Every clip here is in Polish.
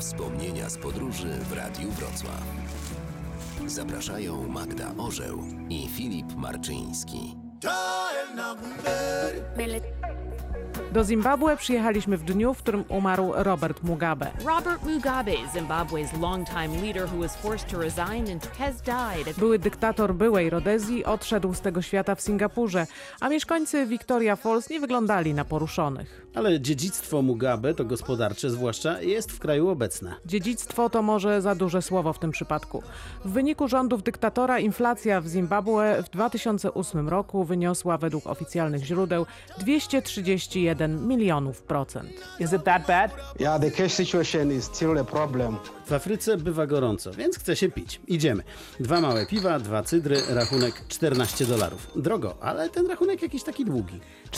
Wspomnienia z podróży w Radiu Wrocław. Zapraszają Magda Orzeł i Filip Marczyński. Do Zimbabwe przyjechaliśmy w dniu, w którym umarł Robert Mugabe. Robert Mugabe, Zimbabwe's longtime leader who was forced to resign and has died. Były dyktator byłej Rodezji odszedł z tego świata w Singapurze, a mieszkańcy Victoria Falls nie wyglądali na poruszonych. Ale dziedzictwo Mugabe, to gospodarcze zwłaszcza, jest w kraju obecne. Dziedzictwo to może za duże słowo w tym przypadku. W wyniku rządów dyktatora inflacja w Zimbabwe w 2008 roku wyniosła według oficjalnych źródeł 231 milionów %. Is it that bad? Yeah, the cash situation is still a problem. W Afryce bywa gorąco, więc chce się pić. Idziemy. 2 małe piwa, 2 cydry, rachunek $14. Drogo, ale ten rachunek jakiś taki długi.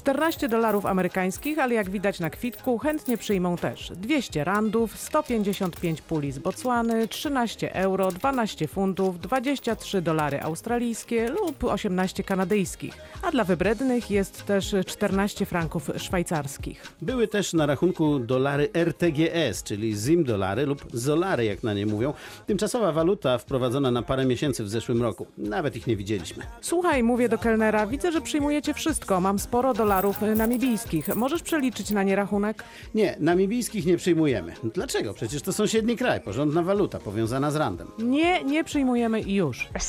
$14 amerykańskich, ale jak widać na kwitku chętnie przyjmą też 200 randów, 155 puli z Botswany, 13 euro, 12 funtów, $23 australijskie lub 18 kanadyjskich. A dla wybrednych jest też 14 franków szwajcarskich. Były też na rachunku dolary RTGS, czyli ZIM dolary lub zolary, jak na nie mówią. Tymczasowa waluta wprowadzona na parę miesięcy w zeszłym roku. Nawet ich nie widzieliśmy. Słuchaj, mówię do kelnera, widzę, że przyjmujecie wszystko. Mam sporo dolarów namibijskich. Możesz przeliczyć na nie rachunek? Nie, namibijskich nie przyjmujemy. Dlaczego? Przecież to sąsiedni kraj, porządna waluta, powiązana z randem. Nie przyjmujemy i już. I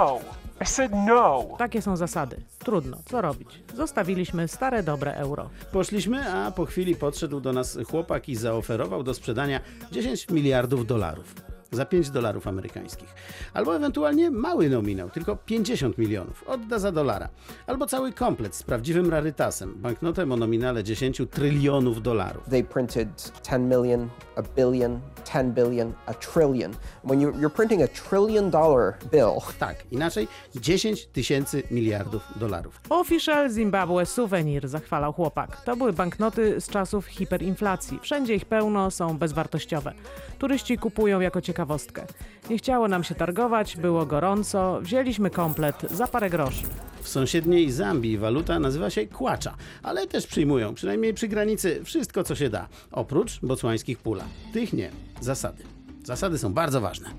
said no. Takie są zasady. Trudno, co robić? Zostawiliśmy stare, dobre euro. Poszliśmy, a po chwili podszedł do nas chłopak i zaoferował do sprzedania 10 miliardów dolarów. Za $5 amerykańskich. Albo ewentualnie mały nominał, tylko 50 milionów. Odda za $1. Albo cały komplet z prawdziwym rarytasem, banknotem o nominale 10 trylionów dolarów. They printed 10 million, a billion, 10 billion, a trillion. When you're printing a $1 trillion bill. Tak, inaczej 10 tysięcy miliardów dolarów. Official Zimbabwe Souvenir, zachwalał chłopak. To były banknoty z czasów hiperinflacji. Wszędzie ich pełno, są bezwartościowe. Turyści kupują jako ciekawostkę. Nie chciało nam się targować, było gorąco, wzięliśmy komplet za parę groszy. W sąsiedniej Zambii waluta nazywa się kwacha, ale też przyjmują, przynajmniej przy granicy, wszystko co się da. Oprócz botswańskich pula. Tych nie. Zasady. Zasady są bardzo ważne.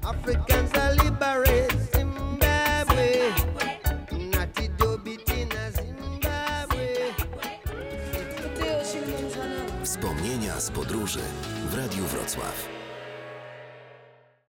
Wspomnienia z podróży w Radiu Wrocław.